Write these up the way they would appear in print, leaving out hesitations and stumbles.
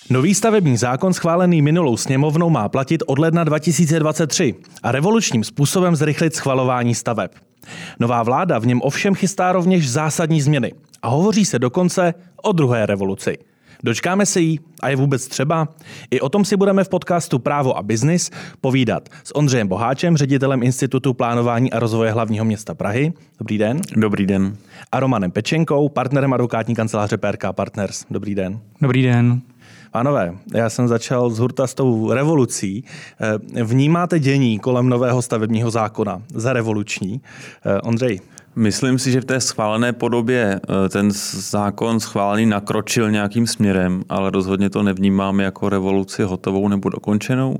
Nový stavební zákon schválený minulou sněmovnou má platit od ledna 2023 a revolučním způsobem zrychlit schvalování staveb. Nová vláda v něm ovšem chystá rovněž zásadní změny a hovoří se dokonce o druhé revoluci. Dočkáme se jí a je vůbec třeba? I o tom si budeme v podcastu Právo a biznis povídat s Ondřejem Boháčem, ředitelem Institutu plánování a rozvoje hlavního města Prahy. Dobrý den. Dobrý den. A Romanem Pečenkou, partnerem advokátní kanceláře PRK Partners. Dobrý den. Dobrý den. Pánové, já jsem začal z hurta s tou revolucí. Vnímáte dění kolem nového stavebního zákona za revoluční? Ondřej. Myslím si, že v té schválené podobě ten zákon schválený nakročil nějakým směrem, ale rozhodně to nevnímám jako revoluci hotovou nebo dokončenou.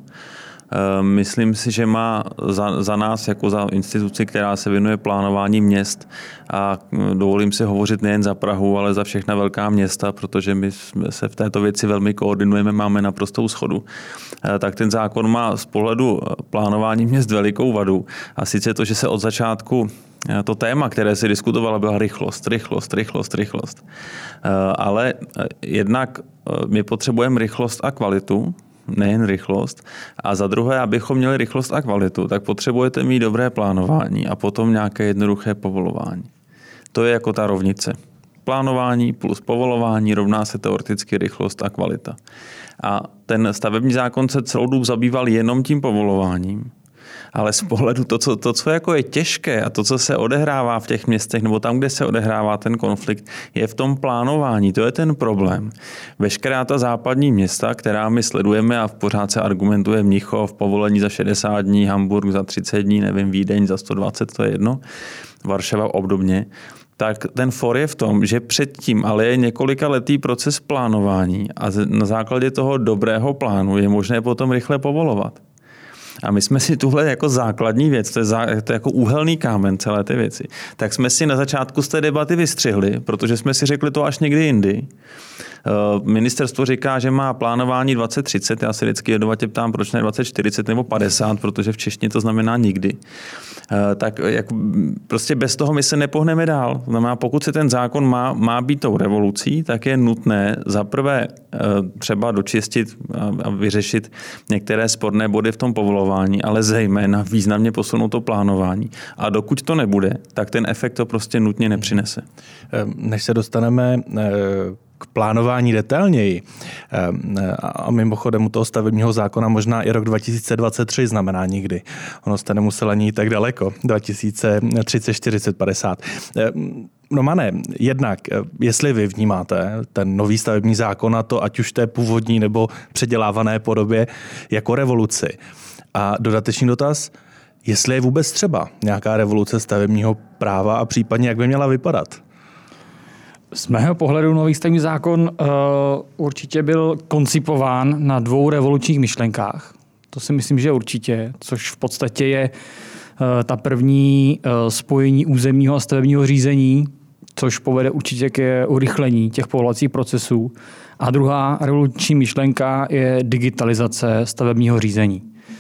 Myslím si, že má za nás, jako za instituci, která se věnuje plánování měst, a dovolím si hovořit nejen za Prahu, ale za všechna velká města, protože my se v této věci velmi koordinujeme, máme naprostou shodu. Tak ten zákon má z pohledu plánování měst velikou vadu. A sice to, že se od začátku to téma, které se diskutovalo, byla rychlost. Ale jednak my potřebujeme rychlost a kvalitu, nejen rychlost. A za druhé, abychom měli rychlost a kvalitu, tak potřebujete mít dobré plánování a potom nějaké jednoduché povolování. To je jako ta rovnice. Plánování plus povolování rovná se teoreticky rychlost a kvalita. A ten stavební zákon se celou dobu zabýval jenom tím povolováním. Ale z pohledu to, co jako je těžké a to, co se odehrává v těch městech nebo tam, kde se odehrává ten konflikt, je v tom plánování. To je ten problém. Veškerá ta západní města, která my sledujeme a pořád se argumentuje Mnichov, povolení za 60 dní, Hamburg za 30 dní, nevím, Vídeň za 120, to je jedno, Varšava obdobně, tak ten for je v tom, že předtím ale je několikaletý proces plánování a na základě toho dobrého plánu je možné potom rychle povolovat. A my jsme si tuhle jako základní věc, to je jako úhelný kámen celé ty věci, tak jsme si na začátku z té debaty vystřihli, protože jsme si řekli to až někdy jindy. Ministerstvo říká, že má plánování 2030, já se vždycky jedovatě ptám, proč ne 2040 nebo 50, protože v češtině to znamená nikdy. Tak jako prostě bez toho my se nepohneme dál. Znamená, pokud se ten zákon má být tou revolucí, tak je nutné zaprvé třeba dočistit a vyřešit některé sporné body v tom povolování, ale zejména významně posunout to plánování. A dokud to nebude, tak ten efekt to prostě nutně nepřinese. Než se dostaneme k plánování detailněji, a mimochodem u toho stavebního zákona možná i rok 2023 znamená nikdy. Ono jste nemusel ani jít tak daleko, 2030, 40, 50. Romane, jednak, jestli vy vnímáte ten nový stavební zákon, a to ať už té původní nebo předělávané podobě, jako revoluci. A dodatečný dotaz, jestli je vůbec třeba nějaká revoluce stavebního práva a případně jak by měla vypadat? Z mého pohledu nový stavební zákon určitě byl koncipován na dvou revolučních myšlenkách. To si myslím, že určitě, což v podstatě je ta první spojení územního a stavebního řízení, což povede určitě ke urychlení těch povolovacích procesů. A druhá revoluční myšlenka je digitalizace stavebního řízení.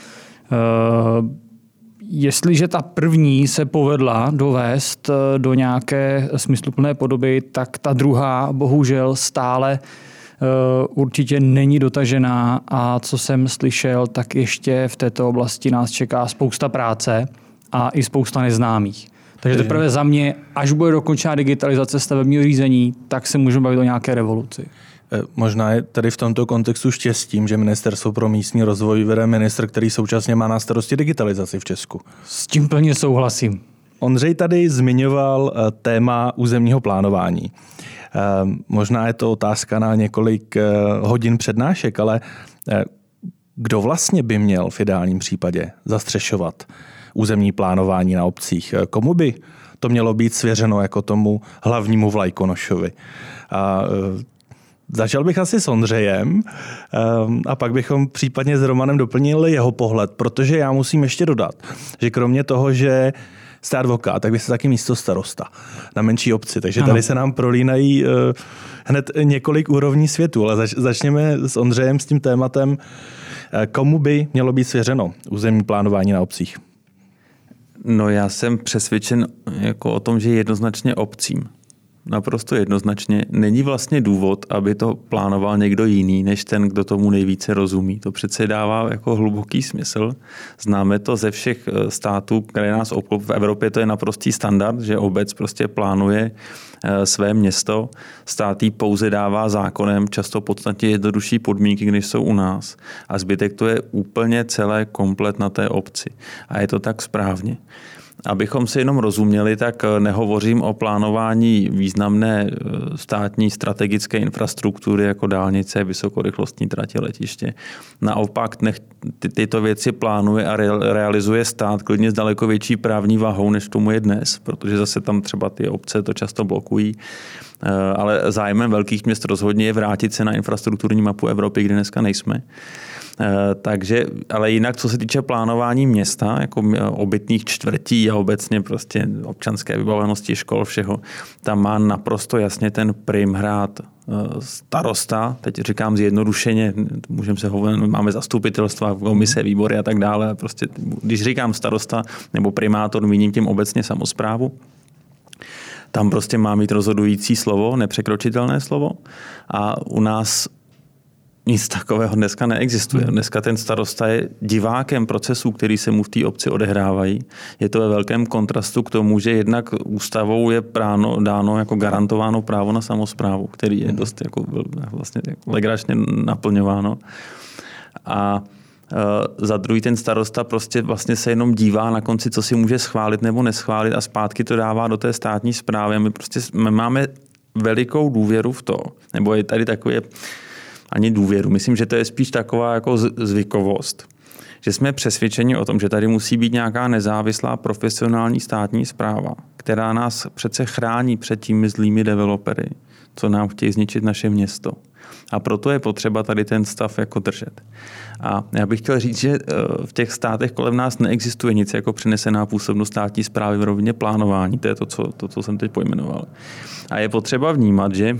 Jestliže ta první se povedla dovést do nějaké smysluplné podoby, tak ta druhá bohužel stále určitě není dotažená a co jsem slyšel, tak ještě v této oblasti nás čeká spousta práce a i spousta neznámých. Takže teprve za mě, až bude dokončená digitalizace stavebního řízení, tak se můžeme bavit o nějaké revoluci. Možná je tady v tomto kontextu štěstím, že Ministerstvo pro místní rozvoj vede ministr, který současně má na starosti digitalizaci v Česku. S tím plně souhlasím. Ondřej tady zmiňoval téma územního plánování. Možná je to otázka na několik hodin přednášek, ale kdo vlastně by měl v ideálním případě zastřešovat územní plánování na obcích? Komu by to mělo být svěřeno jako tomu hlavnímu vlajkonošovi? Začal bych asi s Ondřejem a pak bychom případně s Romanem doplnili jeho pohled, protože já musím ještě dodat, že kromě toho, že jste advokát, tak vy jste taky místostarosta na menší obci, takže tady se nám prolínají hned několik úrovní světu, ale začněme s Ondřejem s tím tématem, komu by mělo být svěřeno územní plánování na obcích. No já jsem přesvědčen jako o tom, že jednoznačně obcím. naprosto jednoznačně, není vlastně důvod, aby to plánoval někdo jiný, než ten, kdo tomu nejvíce rozumí. To přece dává jako hluboký smysl. Známe to ze všech států, které nás obklopují. V Evropě to je naprostý standard, že obec prostě plánuje své město, stát jí pouze dává zákonem, často podstatně jednodušší podmínky, než jsou u nás. A zbytek to je úplně celé komplet na té obci. A je to tak správně. Abychom si jenom rozuměli, tak nehovořím o plánování významné státní strategické infrastruktury jako dálnice, vysokorychlostní tratě, letiště. Naopak tyto věci plánuje a realizuje stát klidně s daleko větší právní váhou, než tomu je dnes, protože zase tam třeba ty obce to často blokují. Ale zájmem velkých měst rozhodně je vrátit se na infrastrukturní mapu Evropy, kde dneska nejsme. Takže, ale jinak, co se týče plánování města, jako obytných čtvrtí a obecně prostě občanské vybavenosti škol, všeho, tam má naprosto jasně ten prim hrát starosta, teď říkám zjednodušeně, můžeme se hovořit, máme zastupitelstva, komise, výbory a tak dále. Prostě, když říkám starosta nebo primátor, míním tím obecně samosprávu. Tam prostě má mít rozhodující slovo, nepřekročitelné slovo. A u nás nic takového dneska neexistuje. Dneska ten starosta je divákem procesů, který se mu v té obci odehrávají. Je to ve velkém kontrastu k tomu, že jednak ústavou je dáno jako garantováno právo na samosprávu, který je dost jako vlastně legračně naplňováno. A za druhý ten starosta prostě vlastně se jenom dívá na konci, co si může schválit nebo neschválit a zpátky to dává do té státní správy. My máme velikou důvěru v to, nebo je tady takové ani důvěru. Myslím, že to je spíš taková jako zvykovost. Že jsme přesvědčeni o tom, že tady musí být nějaká nezávislá profesionální státní správa, která nás přece chrání před těmi zlými developery, co nám chtějí zničit naše město. A proto je potřeba tady ten stav jako držet. A já bych chtěl říct, že v těch státech kolem nás neexistuje nic jako přenesená působnost státní správy v rovině plánování. To je to, co jsem teď pojmenoval. A je potřeba vnímat, že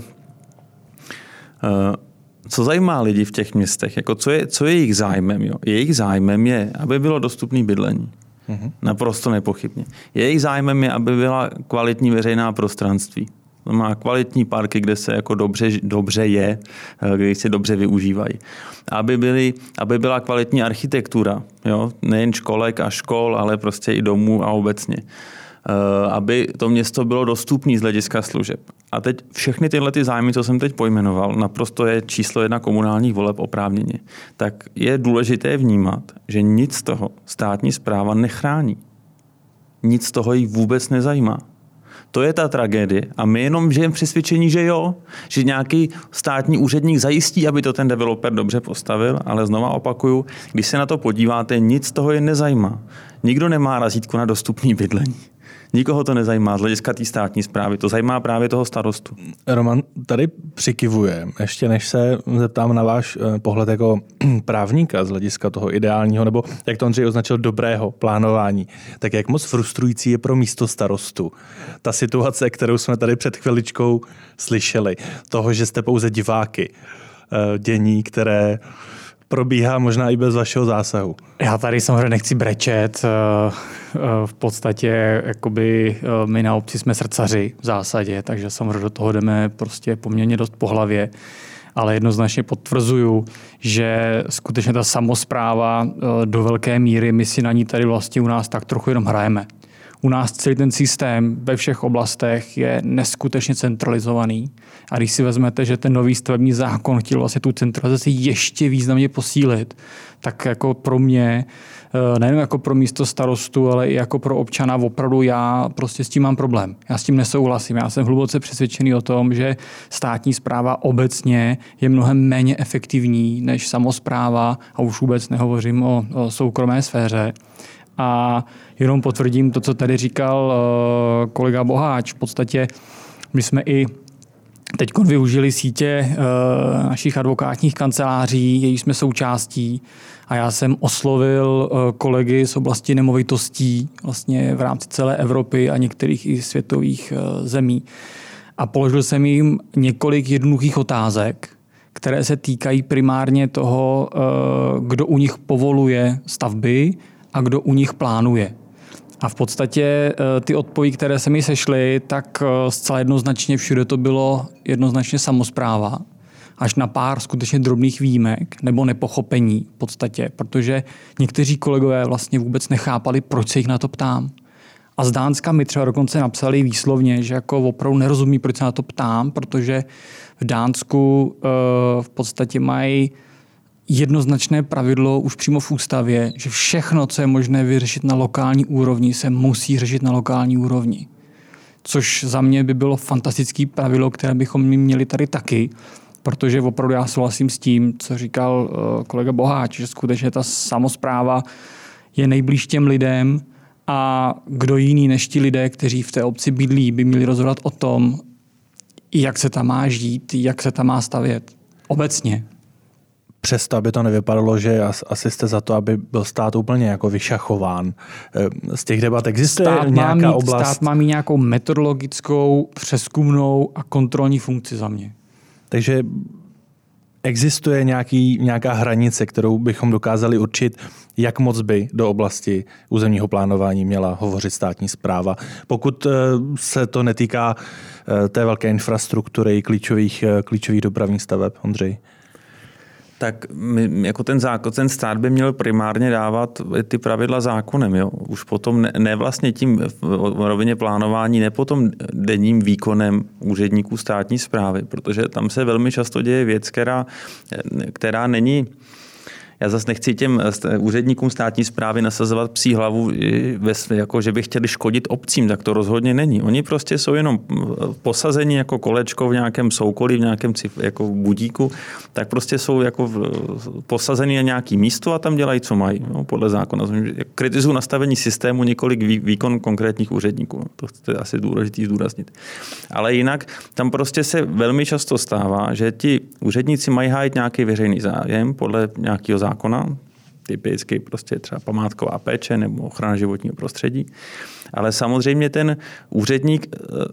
co zajímá lidi v těch městech, jako co je jejich zájmem? Jo? Jejich zájmem je, aby bylo dostupné bydlení. Naprosto nepochybně. Jejich zájmem je, aby byla kvalitní veřejná prostranství. To má kvalitní parky, kde se jako dobře je, kde se dobře využívají. Aby byla kvalitní architektura, jo? Nejen školek a škol, ale prostě i domů a obecně. Aby to město bylo dostupné z hlediska služeb. A teď všechny tyhle zájmy, co jsem teď pojmenoval, naprosto je číslo 1 komunálních voleb oprávněně. Tak je důležité vnímat, že nic z toho státní správa nechrání. Nic z toho jí vůbec nezajímá. To je ta tragédie. A my jenom žijeme přesvědčení, že jo, že nějaký státní úředník zajistí, aby to ten developer dobře postavil, ale znova opakuju, když se na to podíváte, nic z toho je nezajímá. Nikdo nemá razítko na dostupný bydlení. Nikoho to nezajímá z hlediska té státní správy. To zajímá právě toho starostu. Roman tady přikivuje. Ještě než se zeptám na váš pohled jako právníka z hlediska toho ideálního, nebo jak to Ondřej označil, dobrého plánování, tak jak moc frustrující je pro místostarostu ta situace, kterou jsme tady před chviličkou slyšeli. Toho, že jste pouze diváky dění, které probíhá možná i bez vašeho zásahu. Já tady samozřejmě nechci brečet. V podstatě jakoby my na obci jsme srdcaři v zásadě, takže samozřejmě do toho jdeme prostě poměrně dost po hlavě. Ale jednoznačně potvrzuju, že skutečně ta samospráva do velké míry, my si na ní tady vlastně u nás tak trochu jenom hrajeme. U nás celý ten systém ve všech oblastech je neskutečně centralizovaný. A když si vezmete, že ten nový stavební zákon chtěl vlastně tu centralizaci ještě významně posílit, tak jako pro mě, nejen jako pro místo starostu, ale i jako pro občana opravdu já prostě s tím mám problém. Já s tím nesouhlasím. Já jsem hluboce přesvědčený o tom, že státní správa obecně je mnohem méně efektivní než samospráva a už vůbec nehovořím o soukromé sféře. A jenom potvrdím to, co tady říkal kolega Boháč. V podstatě my jsme i teď využili sítě našich advokátních kanceláří, její jsme součástí a já jsem oslovil kolegy z oblasti nemovitostí vlastně v rámci celé Evropy a některých i světových zemí. A položil jsem jim několik jednoduchých otázek, které se týkají primárně toho, kdo u nich povoluje stavby a kdo u nich plánuje. A v podstatě ty odpovědi, které se mi sešly, tak zcela jednoznačně všude to bylo jednoznačně samospráva. Až na pár skutečně drobných výjimek nebo nepochopení v podstatě, protože někteří kolegové vlastně vůbec nechápali, proč se jich na to ptám. A z Dánska mi třeba dokonce napsali výslovně, že jako opravdu nerozumí, proč se na to ptám, protože v Dánsku v podstatě mají jednoznačné pravidlo už přímo v ústavě, že všechno, co je možné vyřešit na lokální úrovni, se musí řešit na lokální úrovni. Což za mě by bylo fantastické pravidlo, které bychom měli tady taky, protože opravdu já souhlasím s tím, co říkal kolega Boháč, že skutečně ta samospráva je nejblíž těm lidem a kdo jiný než ti lidé, kteří v té obci bydlí, by měli rozhodovat o tom, jak se tam má žít, jak se tam má stavět. Obecně. Přesto, aby to nevypadalo, že asi jste za to, aby byl stát úplně jako vyšachován. Z těch debat existuje nějaká oblast? Stát má mít nějakou metodologickou, přezkumnou a kontrolní funkci za mě. Takže existuje nějaká hranice, kterou bychom dokázali určit, jak moc by do oblasti územního plánování měla hovořit státní správa. Pokud se to netýká té velké infrastruktury, klíčových dopravních staveb, Ondřej. Tak jako ten stát by měl primárně dávat ty pravidla zákonem. Jo? Už potom ne vlastně tím v rovině plánování, ne potom denním výkonem úředníků státní správy, protože tam se velmi často děje věc, která není. Já zase nechci těm úředníkům státní správy nasazovat psí hlavu, jako že by chtěli škodit obcím, tak to rozhodně není. Oni prostě jsou jenom posazeni jako kolečko v nějakém soukolí, v nějakém jako budíku, tak prostě jsou jako posazeni na nějaké místo a tam dělají, co mají, no, podle zákona. Kritizují nastavení systému, několik výkon konkrétních úředníků. To je asi důležité zdůraznit. Ale jinak tam prostě se velmi často stává, že ti úředníci mají hájit nějaký veřejný zájem podle nějakého zákona, typicky prostě třeba památková péče nebo ochrana životního prostředí. Ale samozřejmě ten úředník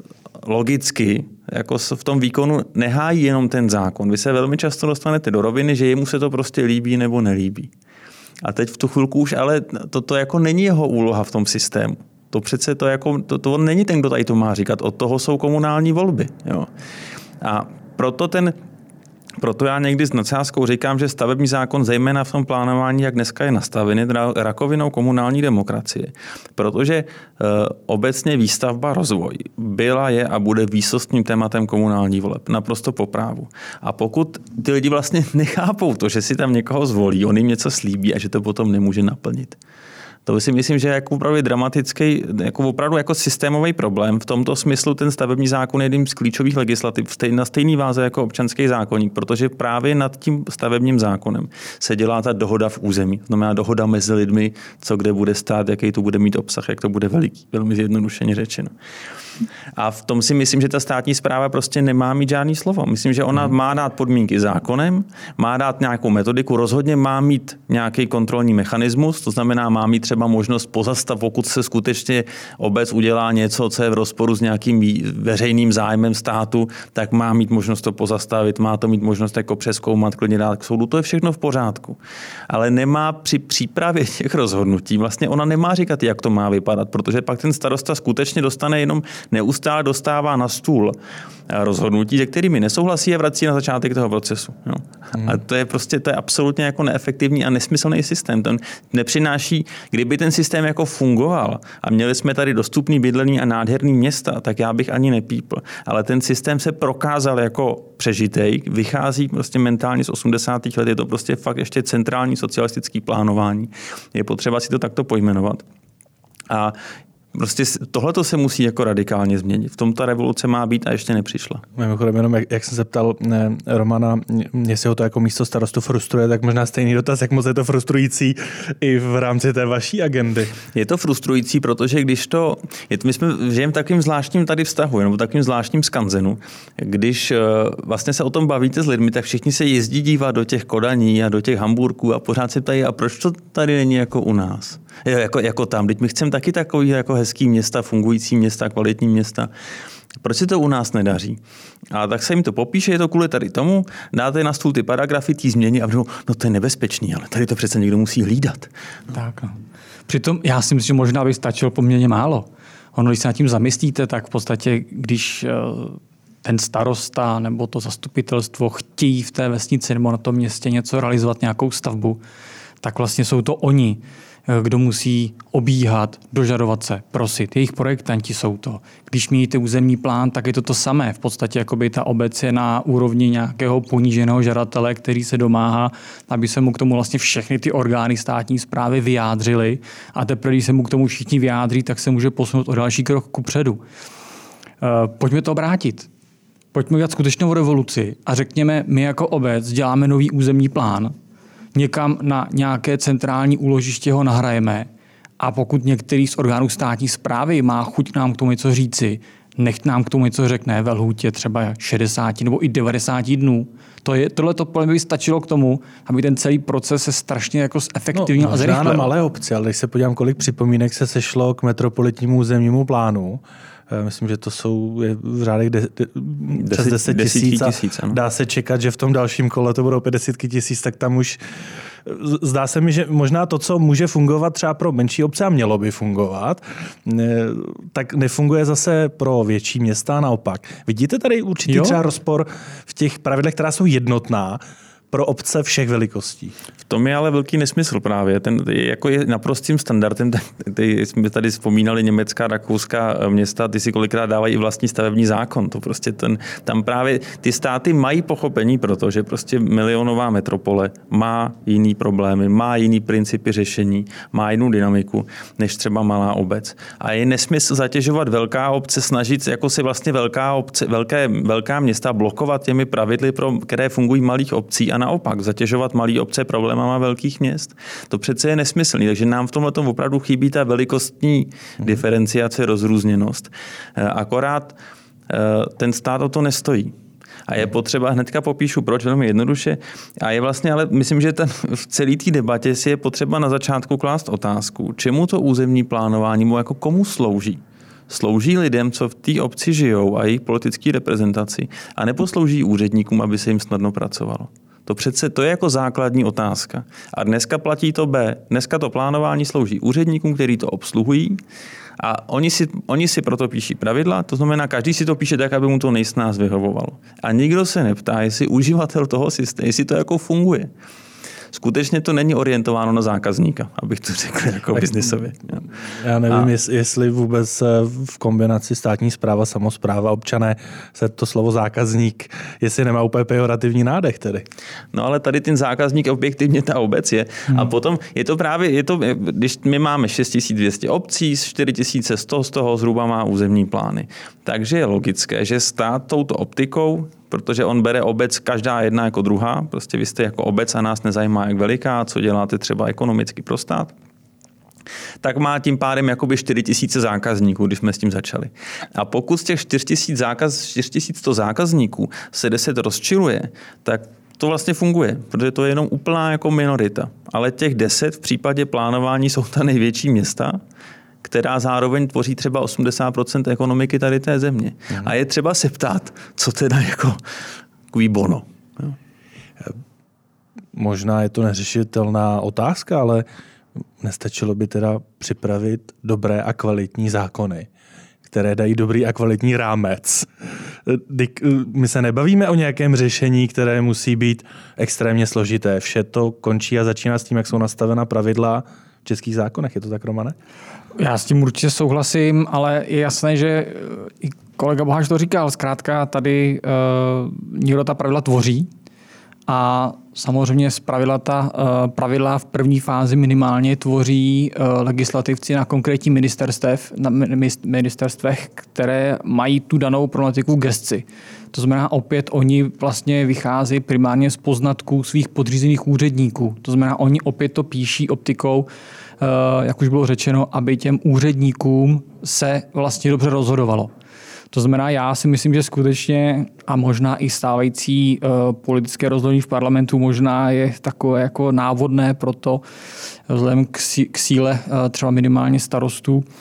logicky jako v tom výkonu nehájí jenom ten zákon. Vy se velmi často dostanete do roviny, že jemu se to prostě líbí nebo nelíbí. A teď v tu chvilku už, ale to jako není jeho úloha v tom systému. To přece to není ten, kdo tady to má říkat. Od toho jsou komunální volby. Jo. A proto já někdy s nadsázkou říkám, že stavební zákon, zejména v tom plánování, jak dneska je nastavený, je rakovinou komunální demokracie. Protože obecně výstavba, rozvoj byla, je a bude výsostným tématem komunální voleb. Naprosto po právu. A pokud ty lidi vlastně nechápou to, že si tam někoho zvolí, on jim něco slíbí a že to potom nemůže naplnit. To si myslím, že je jako opravdu dramatický, opravdu jako systémový problém. V tomto smyslu ten stavební zákon je jedním z klíčových legislativ na stejný váze jako občanský zákoník, protože právě nad tím stavebním zákonem se dělá ta dohoda v území. To znamená dohoda mezi lidmi, co kde bude stát, jaký to bude mít obsah, jak to bude veliký. Velmi zjednodušeně řečeno. A v tom si myslím, že ta státní správa prostě nemá mít žádný slovo. Myslím, že ona má dát podmínky zákonem, má dát nějakou metodiku, rozhodně má mít nějaký kontrolní mechanismus, to znamená má mít třeba možnost pozastavit, pokud se skutečně obec udělá něco, co je v rozporu s nějakým veřejným zájmem státu, tak má mít možnost to pozastavit, má to mít možnost jako přezkoumat, klidně dát k soudu, to je všechno v pořádku. Ale nemá při přípravě těch rozhodnutí, vlastně ona nemá říkat, jak to má vypadat, protože pak ten starosta skutečně neustále dostává na stůl rozhodnutí, se kterými nesouhlasí a vrací na začátek toho procesu. Jo. A to je absolutně jako neefektivní a nesmyslný systém. Ten nepřináší, kdyby ten systém jako fungoval a měli jsme tady dostupný bydlení a nádherný města, tak já bych ani nepípl. Ale ten systém se prokázal jako přežitej, vychází prostě mentálně z 80. let, je to prostě fakt ještě centrální socialistický plánování. Je potřeba si to takto pojmenovat. A prostě tohleto se musí jako radikálně změnit. V tom ta revoluce má být a ještě nepřišla. Mimochodem, jenom jak jsem se ptal Romana, jestli ho to jako místo starostu frustruje, tak možná stejný dotaz, jak moc je to frustrující i v rámci té vaší agendy. Je to frustrující, protože my jsme žijeme v takovým zvláštním tady vztahu, nebo takovým zvláštním skanzenu. Když vlastně se o tom bavíte s lidmi, tak všichni se jezdí dívat do těch Kodaní a do těch Hamburků a pořád se ptají, a proč to tady není jako u nás? Jako tam, teď my chceme taky takový jako hezký města, fungující města, kvalitní města. Proč se to u nás nedaří? A tak se jim to popíše, je to kvůli tady tomu, dáte na stůl ty paragrafy, ty změny a no to je nebezpečný, ale tady to přece někdo musí hlídat. Tak no. Přitom já si myslím, že možná by stačilo poměrně málo. Ono, když se nad tím zamyslíte, tak v podstatě, když ten starosta nebo to zastupitelstvo chtějí v té vesnici nebo na tom městě něco realizovat, nějakou stavbu, tak vlastně jsou to oni, kdo musí obíhat, dožadovat se, prosit. Jejich projektanti jsou to. Když mějíte územní plán, tak je to to samé. V podstatě jakoby ta obec je na úrovni nějakého poníženého žadatele, který se domáhá, aby se mu k tomu vlastně všechny ty orgány státní správy vyjádřily. A teprve, když se mu k tomu všichni vyjádří, tak se může posunout o další krok kupředu. Pojďme to obrátit. Pojďme udělat skutečnou revoluci a řekněme, my jako obec děláme nový územní plán, někam na nějaké centrální úložiště ho nahrajeme a pokud některý z orgánů státní správy má chuť nám k tomu něco říci, nech nám k tomu něco řekne ve lhůtě třeba 60 nebo i 90 dnů. Tohleto podle mě by stačilo k tomu, aby ten celý proces se strašně jako zefektivnil a zrychlil. Na malé obci, ale když se podívám, kolik připomínek se sešlo k metropolitnímu územnímu plánu, myslím, že to jsou v řádech přes 10 tisíc. Dá se čekat, že v tom dalším kole to budou 50 tisíc, tak tam už zdá se mi, že možná to, co může fungovat třeba pro menší obce a mělo by fungovat, tak nefunguje zase pro větší města, naopak. Vidíte tady určitý třeba rozpor v těch pravidlech, která jsou jednotná pro obce všech velikostí? V tom je ale velký nesmysl právě. Jako je naprostým standardem, jsme tady vzpomínali německá, rakouská města, ty si kolikrát dávají i vlastní stavební zákon. To prostě tam právě ty státy mají pochopení, protože prostě milionová metropole má jiný problémy, má jiný principy řešení, má jinou dynamiku než třeba malá obec. A je nesmysl zatěžovat velká obce, snažit jako si vlastně velká města blokovat těmi pravidly, které fungují v malých obcí a naopak zatěžovat malé obce problémama velkých měst. To přece je nesmyslný, takže nám v tomhletom opravdu chybí ta velikostní diferenciace, rozrůzněnost. Akorát ten stát o to nestojí. A je potřeba, hnedka popíšu proč, velmi jednoduše, a je vlastně, ale myslím, že v celé té debatě si je potřeba na začátku klást otázku, čemu to územní plánování mu jako komu slouží. Slouží lidem, co v té obci žijou a jejich politické reprezentaci, a neposlouží úředníkům, aby se jim snadno pracovalo. To je jako základní otázka. A dneska platí to B. Dneska to plánování slouží úředníkům, kteří to obsluhují, a oni si proto píší pravidla, to znamená, každý si to píše tak, aby mu to nejsnáz vyhovovalo. A nikdo se neptá, jestli uživatel toho systému, jestli to jako funguje. Skutečně to není orientováno na zákazníka, abych to řekl jako biznisově. Já nevím, jestli vůbec v kombinaci státní správa, samospráva, občané se to slovo zákazník, jestli nemá úplně pejorativní nádech tedy. No ale tady ten zákazník objektivně ta obec je. A potom je to právě, když my máme 6200 obcí, 4100 z toho zhruba má územní plány. Takže je logické, že stát touto optikou, protože on bere obec každá jedna jako druhá, prostě vy jste jako obec a nás nezajímá, jak veliká, co děláte třeba ekonomicky pro stát, tak má tím pádem jakoby 4000 zákazníků, když jsme s tím začali. A pokud z těch 4100 zákazníků se 10 rozčiluje, tak to vlastně funguje, protože to je jenom úplná jako minorita. Ale těch 10 v případě plánování jsou ta největší města, která zároveň tvoří třeba 80% ekonomiky tady té země. A je třeba se ptát, co teda jako cui bono. Možná je to neřešitelná otázka, ale nestačilo by teda připravit dobré a kvalitní zákony, které dají dobrý a kvalitní rámec. My se nebavíme o nějakém řešení, které musí být extrémně složité. Vše to končí a začíná s tím, jak jsou nastavena pravidla v českých zákonech. Je to tak, Romane? Já s tím určitě souhlasím, ale je jasné, že i kolega Boháč to říkal. Zkrátka tady někdo ta pravidla tvoří a samozřejmě z pravidla v první fázi minimálně tvoří legislativci na konkrétní ministerstvech, které mají tu danou problematiku v gesci. To znamená, opět oni vlastně vychází primárně z poznatků svých podřízených úředníků. To znamená, oni opět to píší optikou, jak už bylo řečeno, aby těm úředníkům se vlastně dobře rozhodovalo. To znamená, já si myslím, že skutečně a možná i stávající politické rozhodnutí v parlamentu možná je takové jako návodné pro to, vzhledem k síle třeba minimálně starostů,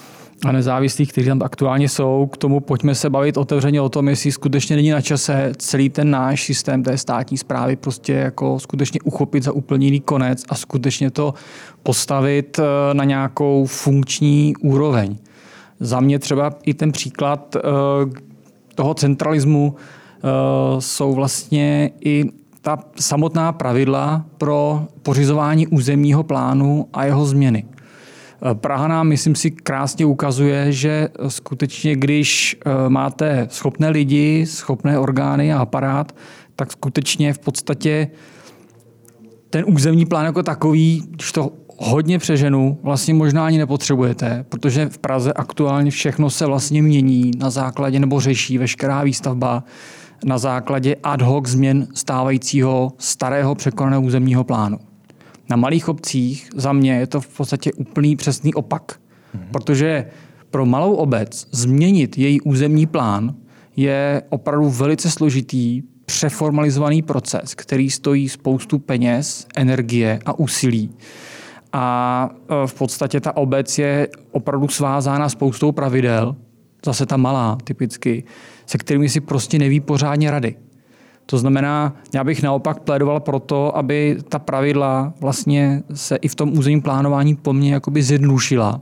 a nezávislých, kteří tam aktuálně jsou. K tomu pojďme se bavit otevřeně o tom, jestli skutečně není na čase celý ten náš systém té státní správy prostě jako skutečně uchopit za úplně jiný konec a skutečně to postavit na nějakou funkční úroveň. Za mě třeba i ten příklad toho centralismu jsou vlastně i ta samotná pravidla pro pořizování územního plánu a jeho změny. Praha nám, myslím si, krásně ukazuje, že skutečně, když máte schopné lidi, schopné orgány a aparát, tak skutečně v podstatě ten územní plán jako takový, když to hodně přeženu, vlastně možná ani nepotřebujete, protože v Praze aktuálně všechno se vlastně mění na základě nebo řeší veškerá výstavba na základě ad hoc změn stávajícího starého překonaného územního plánu. Na malých obcích za mě je to v podstatě úplný přesný opak, protože pro malou obec změnit její územní plán je opravdu velice složitý, přeformalizovaný proces, který stojí spoustu peněz, energie a úsilí. A v podstatě ta obec je opravdu svázána spoustou pravidel, zase ta malá typicky, se kterými si prostě neví pořádně rady. To znamená, já bych naopak plédoval pro to, aby ta pravidla vlastně se i v tom územním plánování po mně jakoby zjednodušila.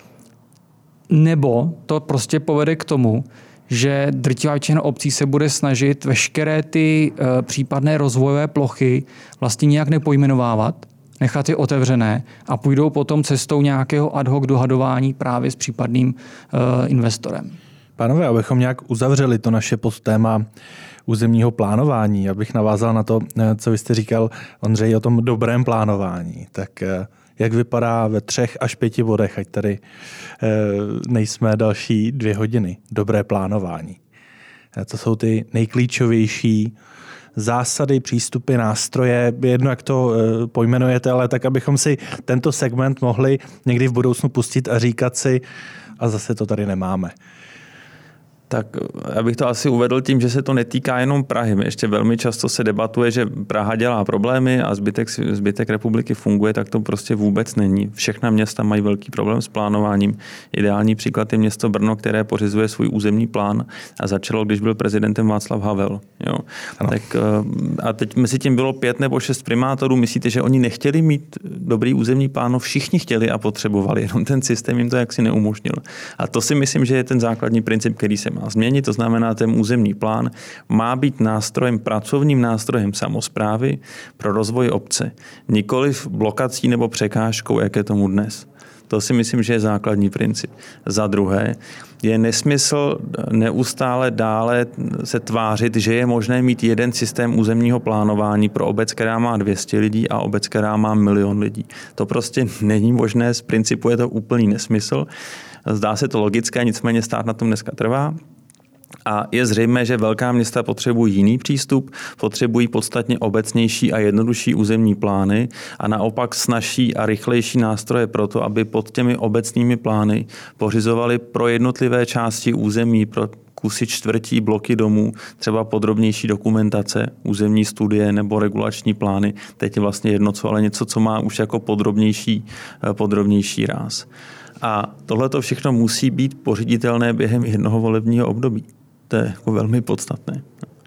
Nebo to prostě povede k tomu, že drtivá většina obcí se bude snažit veškeré ty případné rozvojové plochy vlastně nějak nepojmenovávat, nechat je otevřené a půjdou potom cestou nějakého ad hoc dohadování právě s případným investorem. Pánové, abychom nějak uzavřeli to naše podtéma územního plánování, abych navázal na to, co vy jste říkal, Ondřej, o tom dobrém plánování. Tak jak vypadá ve 3 až 5 bodech, ať tady nejsme další 2 hodiny. Dobré plánování. To jsou ty nejklíčovější zásady, přístupy, nástroje, jedno jak to pojmenujete, ale tak, abychom si tento segment mohli někdy v budoucnu pustit a říkat si, a zase to tady nemáme. Tak já bych to asi uvedl tím, že se to netýká jenom Prahy. Ještě velmi často se debatuje, že Praha dělá problémy a zbytek republiky funguje, tak to prostě vůbec není. Všechna města mají velký problém s plánováním. Ideální příklad je město Brno, které pořizuje svůj územní plán a začalo, když byl prezidentem Václav Havel. Jo. Tak, a teď mezi tím bylo 5 nebo 6 primátorů. Myslíte, že oni nechtěli mít dobrý územní plán? No, všichni chtěli a potřebovali, jenom ten systém jim to jaksi neumožnil. A to si myslím, že je ten základní princip, který se má změnit, to znamená, ten územní plán má být nástrojem, pracovním nástrojem samosprávy pro rozvoj obce. Nikoliv blokací nebo překážkou, jak je tomu dnes. To si myslím, že je základní princip. Za druhé, je nesmysl neustále dále se tvářit, že je možné mít jeden systém územního plánování pro obec, která má 200 lidí a obec, která má 1 000 000 lidí. To prostě není možné, z principu je to úplný nesmysl. Zdá se to logické, nicméně stát na tom dneska trvá. A je zřejmé, že velká města potřebují jiný přístup, potřebují podstatně obecnější a jednodušší územní plány a naopak snazší a rychlejší nástroje pro to, aby pod těmi obecnými plány pořizovali pro jednotlivé části území, pro kusy čtvrtí, bloky domů, třeba podrobnější dokumentace, územní studie nebo regulační plány. Teď je vlastně jedno co, ale něco, co má už jako podrobnější ráz. A tohleto všechno musí být pořiditelné během jednoho volebního období. To je jako velmi podstatné.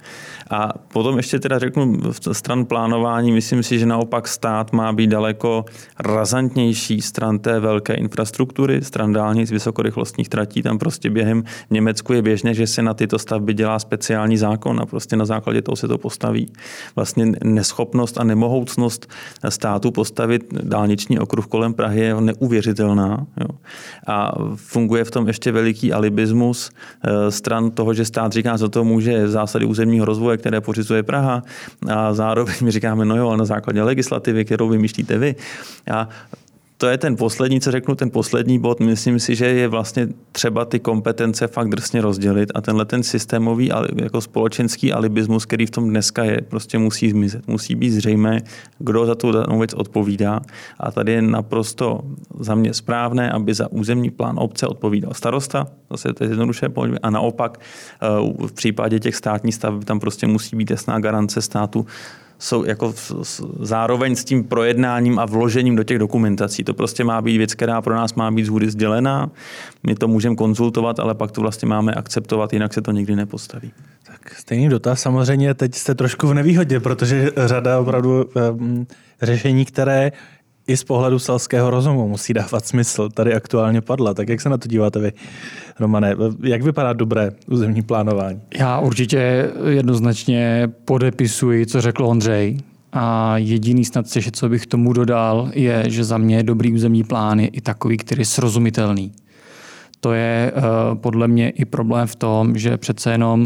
A potom ještě teda řeknu stran plánování, myslím si, že naopak stát má být daleko razantnější stran té velké infrastruktury, stran dálnic, vysokorychlostních tratí. Tam prostě během Německu je běžné, že se na tyto stavby dělá speciální zákon a prostě na základě toho se to postaví. Vlastně neschopnost a nemohoucnost státu postavit dálniční okruh kolem Prahy je neuvěřitelná. Jo. A funguje v tom ještě veliký alibismus stran toho, že stát říká, co to může zásady územního rozvoje, které pořizuje Praha, a zároveň mi říkáme, no jo, ale na základě legislativy, kterou vymýšlíte vy. A to je ten poslední, co řeknu, ten poslední bod. Myslím si, že je vlastně třeba ty kompetence fakt drsně rozdělit a tenhle ten systémový jako společenský alibismus, který v tom dneska je, prostě musí zmizet. Musí být zřejmé, kdo za tu danou věc odpovídá. A tady je naprosto za mě správné, aby za územní plán obce odpovídal starosta, zase to je jednoduše, a naopak v případě těch státních staveb tam prostě musí být jasná garance státu jsou jako zároveň s tím projednáním a vložením do těch dokumentací. To prostě má být věc, která pro nás má být zhůry sdělená. My to můžeme konzultovat, ale pak to vlastně máme akceptovat, jinak se to nikdy nepostaví. Tak stejný dotaz. Samozřejmě teď jste trošku v nevýhodě, protože řada opravdu řešení, které i z pohledu selského rozumu musí dávat smysl, tady aktuálně padla. Tak jak se na to díváte vy, Romane? Jak vypadá dobré územní plánování? Já určitě jednoznačně podepisuji, co řekl Ondřej. A jediný snad, co bych tomu dodal, je, že za mě dobrý územní plán je i takový, který je srozumitelný. To je podle mě i problém v tom, že přece jenom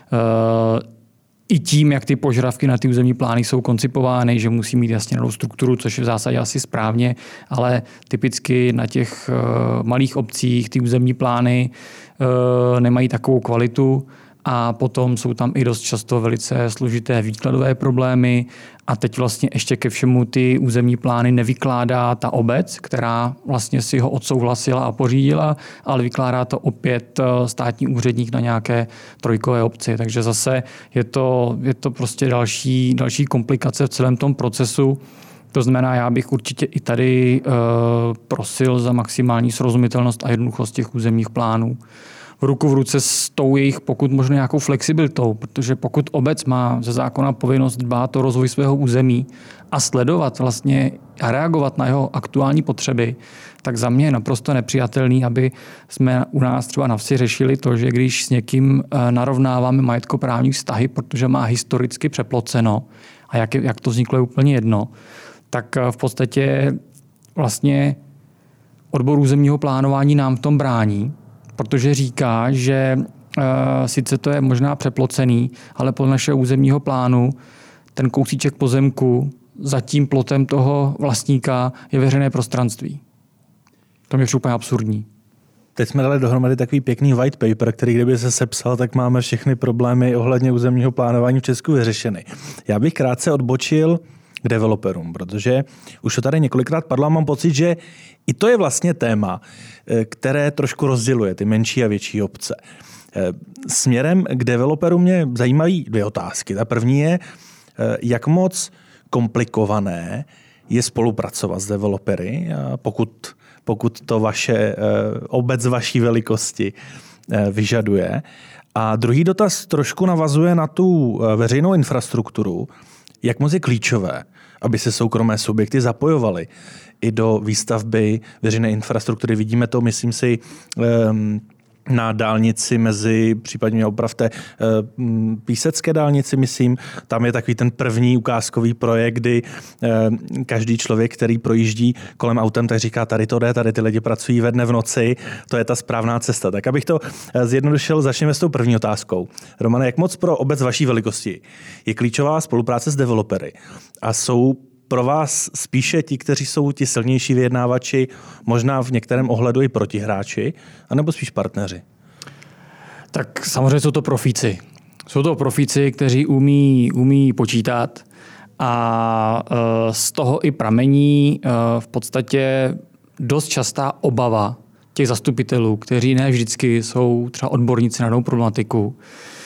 i tím, jak ty požadavky na ty územní plány jsou koncipovány, že musí mít jasně danou strukturu, což je v zásadě asi správně, ale typicky na těch malých obcích ty územní plány nemají takovou kvalitu a potom jsou tam i dost často velice složité výkladové problémy a teď vlastně ještě ke všemu ty územní plány nevykládá ta obec, která vlastně si ho odsouhlasila a pořídila, ale vykládá to opět státní úředník na nějaké trojkové obci. Takže zase je to prostě další komplikace v celém tom procesu. To znamená, já bych určitě i tady prosil za maximální srozumitelnost a jednoduchost těch územních plánů. Ruku v ruce s tou jejich pokud možno nějakou flexibilitou, protože pokud obec má ze zákona povinnost dbát o rozvoj svého území a sledovat vlastně a reagovat na jeho aktuální potřeby, tak za mě je naprosto nepřijatelný, aby jsme u nás třeba na vsi řešili to, že když s někým narovnáváme majetkoprávní vztahy, protože má historicky přeploceno a jak to vzniklo je úplně jedno, tak v podstatě vlastně odbor územního plánování nám v tom brání, protože říká, že sice to je možná přeplocený, ale podle našeho územního plánu ten kousíček pozemku za tím plotem toho vlastníka je veřejné prostranství. To je úplně absurdní. Teď jsme dali dohromady takový pěkný white paper, který kdyby se sepsal, tak máme všechny problémy ohledně územního plánování v Česku vyřešeny. Já bych krátce odbočil k developerům, protože už to tady několikrát padlo a mám pocit, že i to je vlastně téma, které trošku rozděluje ty menší a větší obce. Směrem k developerům mě zajímají dvě otázky. Ta první je, jak moc komplikované je spolupracovat s developery, pokud to vaše obec vaší velikosti vyžaduje. A druhý dotaz trošku navazuje na tu veřejnou infrastrukturu. Jak moc je klíčové, aby se soukromé subjekty zapojovaly i do výstavby veřejné infrastruktury. Vidíme to, myslím si, na dálnici případně mě opravte, Písecké dálnici, myslím. Tam je takový ten první ukázkový projekt, kdy každý člověk, který projíždí kolem autem, tak říká, tady to jde, tady ty lidi pracují ve dne v noci, to je ta správná cesta. Tak abych to zjednodušil, začneme s tou první otázkou. Romane, jak moc pro obec vaší velikosti je klíčová spolupráce s developery? A jsou pro vás spíše ti, kteří jsou ti silnější vyjednávači, možná v některém ohledu i protihráči, anebo spíš partneři? Tak samozřejmě jsou to profíci. Jsou to profíci, kteří umí počítat a z toho i pramení v podstatě dost častá obava těch zastupitelů, kteří ne vždycky jsou třeba odborníci na danou problematiku,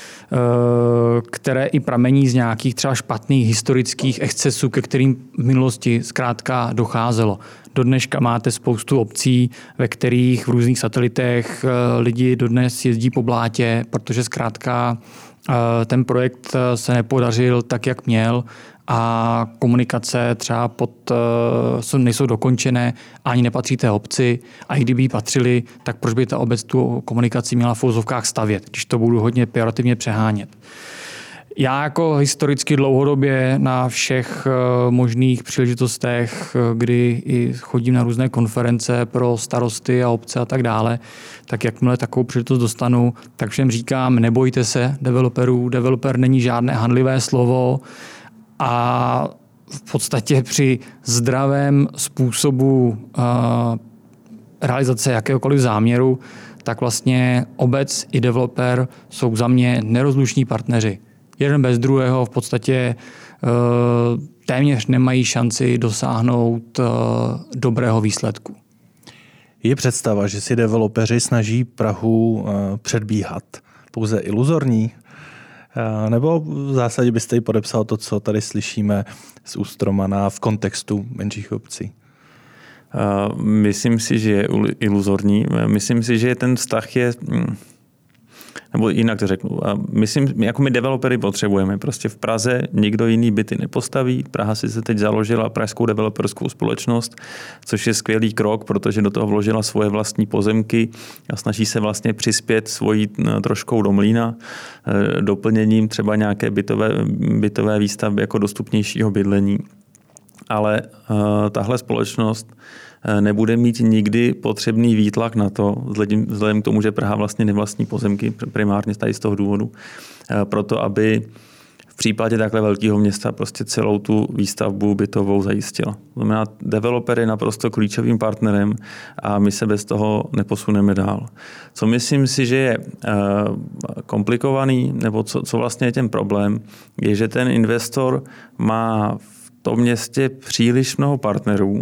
které i pramení z nějakých třeba špatných historických excesů, ke kterým v minulosti zkrátka docházelo. Do dneška máte spoustu obcí, ve kterých v různých satelitech lidi dodnes jezdí po blátě, protože zkrátka ten projekt se nepodařil tak, jak měl a komunikace třeba nejsou dokončené, ani nepatří té obci a i kdyby jí patřili, tak proč by ta obec tu komunikaci měla v fouzovkách stavět, když to budu hodně pejorativně přehánět. Já jako historicky dlouhodobě na všech možných příležitostech, kdy i chodím na různé konference pro starosty a obce a tak dále, tak jakmile takovou příležitost dostanu, tak všem říkám, nebojte se developerů, developer není žádné hanlivé slovo a v podstatě při zdravém způsobu realizace jakéhokoliv záměru, tak vlastně obec i developer jsou za mě nerozluční partneři. Jeden bez druhého v podstatě téměř nemají šanci dosáhnout dobrého výsledku. Je představa, že si developeři snaží Prahu předbíhat pouze iluzorní? Nebo v zásadě byste ji podepsal to, co tady slyšíme z úst Romana v kontextu menších obcí? Myslím si, že je iluzorní. Myslím si, že ten vztah je, nebo jinak to řeknu, myslím, jako my developery potřebujeme. Prostě v Praze nikdo jiný byty nepostaví. Praha si se teď založila pražskou developerskou společnost, což je skvělý krok, protože do toho vložila svoje vlastní pozemky a snaží se vlastně přispět svojí troškou do mlýna, doplněním třeba nějaké bytové výstavby jako dostupnějšího bydlení. Ale tahle společnost nebude mít nikdy potřebný výtlak na to, vzhledem k tomu, že Praha vlastně nevlastní pozemky primárně tady z toho důvodu, proto aby v případě takhle velkého města prostě celou tu výstavbu bytovou zajistila. To znamená, developer je naprosto klíčovým partnerem a my se bez toho neposuneme dál. Co myslím si, že je komplikovaný, nebo co vlastně je ten problém, je, že ten investor má v tom městě příliš mnoho partnerů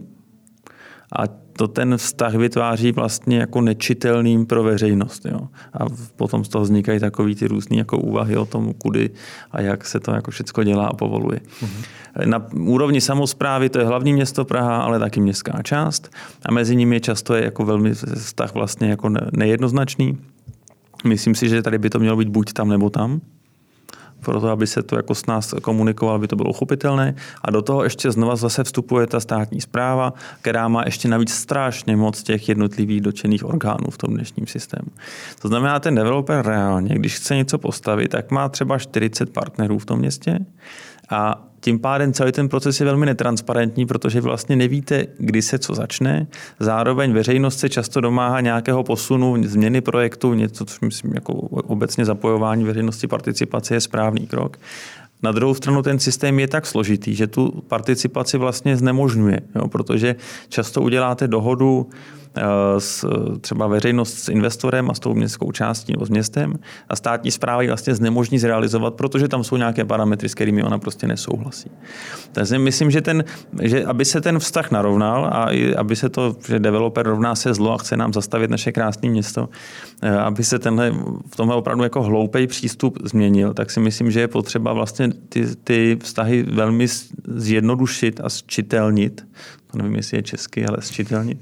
a to ten vztah vytváří vlastně jako nečitelným pro veřejnost. Jo. A potom z toho vznikají takový ty různý jako úvahy o tom, kudy a jak se to jako všecko dělá a povoluje. Na úrovni samosprávy to je hlavní město Praha, ale taky městská část a mezi nimi často je jako velmi vztah vlastně jako nejednoznačný. Myslím si, že tady by to mělo být buď tam nebo tam. Proto, aby se to jako s nás komunikovalo, aby to bylo uchopitelné. A do toho ještě znova zase vstupuje ta státní správa, která má ještě navíc strašně moc těch jednotlivých dotčených orgánů v tom dnešním systému. To znamená, ten developer reálně, když chce něco postavit, tak má třeba 40 partnerů v tom městě a tím pádem celý ten proces je velmi netransparentní, protože vlastně nevíte, kdy se co začne. Zároveň veřejnost se často domáhá nějakého posunu, změny projektu, něco, co myslím, jako obecně zapojování veřejnosti, participace je správný krok. Na druhou stranu ten systém je tak složitý, že tu participaci vlastně znemožňuje, jo, protože často uděláte dohodu s třeba veřejnost s investorem a s tou městskou částí nebo s městem a státní správa ji vlastně znemožní zrealizovat, protože tam jsou nějaké parametry, s kterými ona prostě nesouhlasí. Takže myslím, že aby se ten vztah narovnal a aby se to, že developer rovná se zlo a chce nám zastavit naše krásné město, aby se v tomhle opravdu jako hloupej přístup změnil, tak si myslím, že je potřeba vlastně ty vztahy velmi zjednodušit a zčitelnit. To nevím, jestli je česky, ale zčitelnit.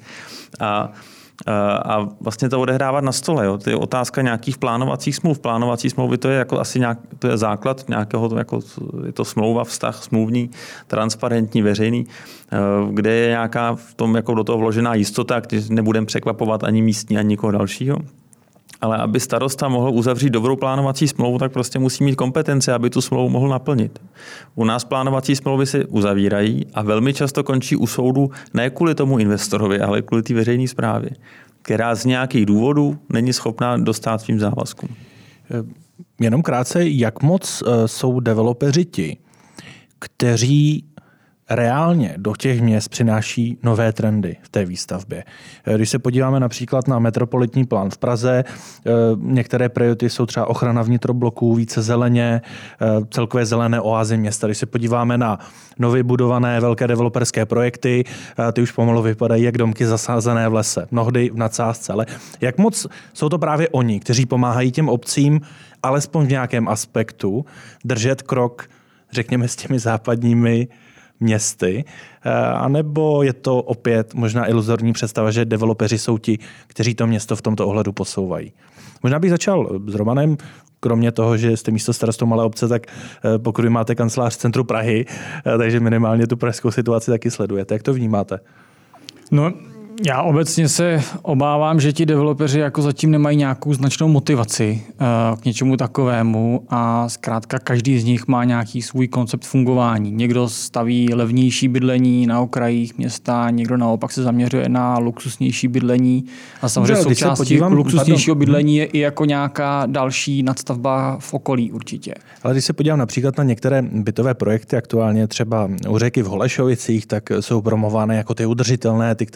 A vlastně to odehrávat na stole. Jo. To je otázka nějakých plánovacích smluv. Plánovací smlouvy to je jako asi to je základ nějakého, jako, je to smlouva, vztah smluvní, transparentní, veřejný, kde je nějaká v tom jako do toho vložená jistota, když nebudeme překvapovat ani místní, ani nikoho dalšího. Ale aby starosta mohl uzavřít dobrou plánovací smlouvu, tak prostě musí mít kompetence, aby tu smlouvu mohl naplnit. U nás plánovací smlouvy se uzavírají a velmi často končí u soudu ne kvůli tomu investorovi, ale kvůli té veřejné správě, která z nějakých důvodů není schopná dostát svým závazkům. Jenom krátce, jak moc jsou developeři ti, kteří reálně do těch měst přináší nové trendy v té výstavbě. Když se podíváme například na metropolitní plán v Praze, některé priority jsou třeba ochrana vnitrobloků, více zeleně, celkové zelené oázy města. Když se podíváme na nově budované velké developerské projekty, ty už pomalu vypadají jak domky zasázené v lese, mnohdy v nadsázce. Ale jak moc jsou to právě oni, kteří pomáhají těm obcím alespoň v nějakém aspektu držet krok, řekněme, s těmi západními městy, anebo je to opět možná iluzorní představa, že developeři jsou ti, kteří to město v tomto ohledu posouvají. Možná bych začal s Romanem, kromě toho, že jste místostarostou malé obce, tak pokud vy máte kancelář v centru Prahy, takže minimálně tu pražskou situaci taky sledujete. Jak to vnímáte? No, já obecně se obávám, že ti developeři jako zatím nemají nějakou značnou motivaci k něčemu takovému a zkrátka každý z nich má nějaký svůj koncept fungování. Někdo staví levnější bydlení na okrajích města, někdo naopak se zaměřuje na luxusnější bydlení a samozřejmě součástí luxusnějšího bydlení je i jako nějaká další nadstavba v okolí určitě. Ale když se podívám například na některé bytové projekty, aktuálně třeba u řeky v Holešovicích, tak jsou promovány jako ty udržitelné, ty, které přinesou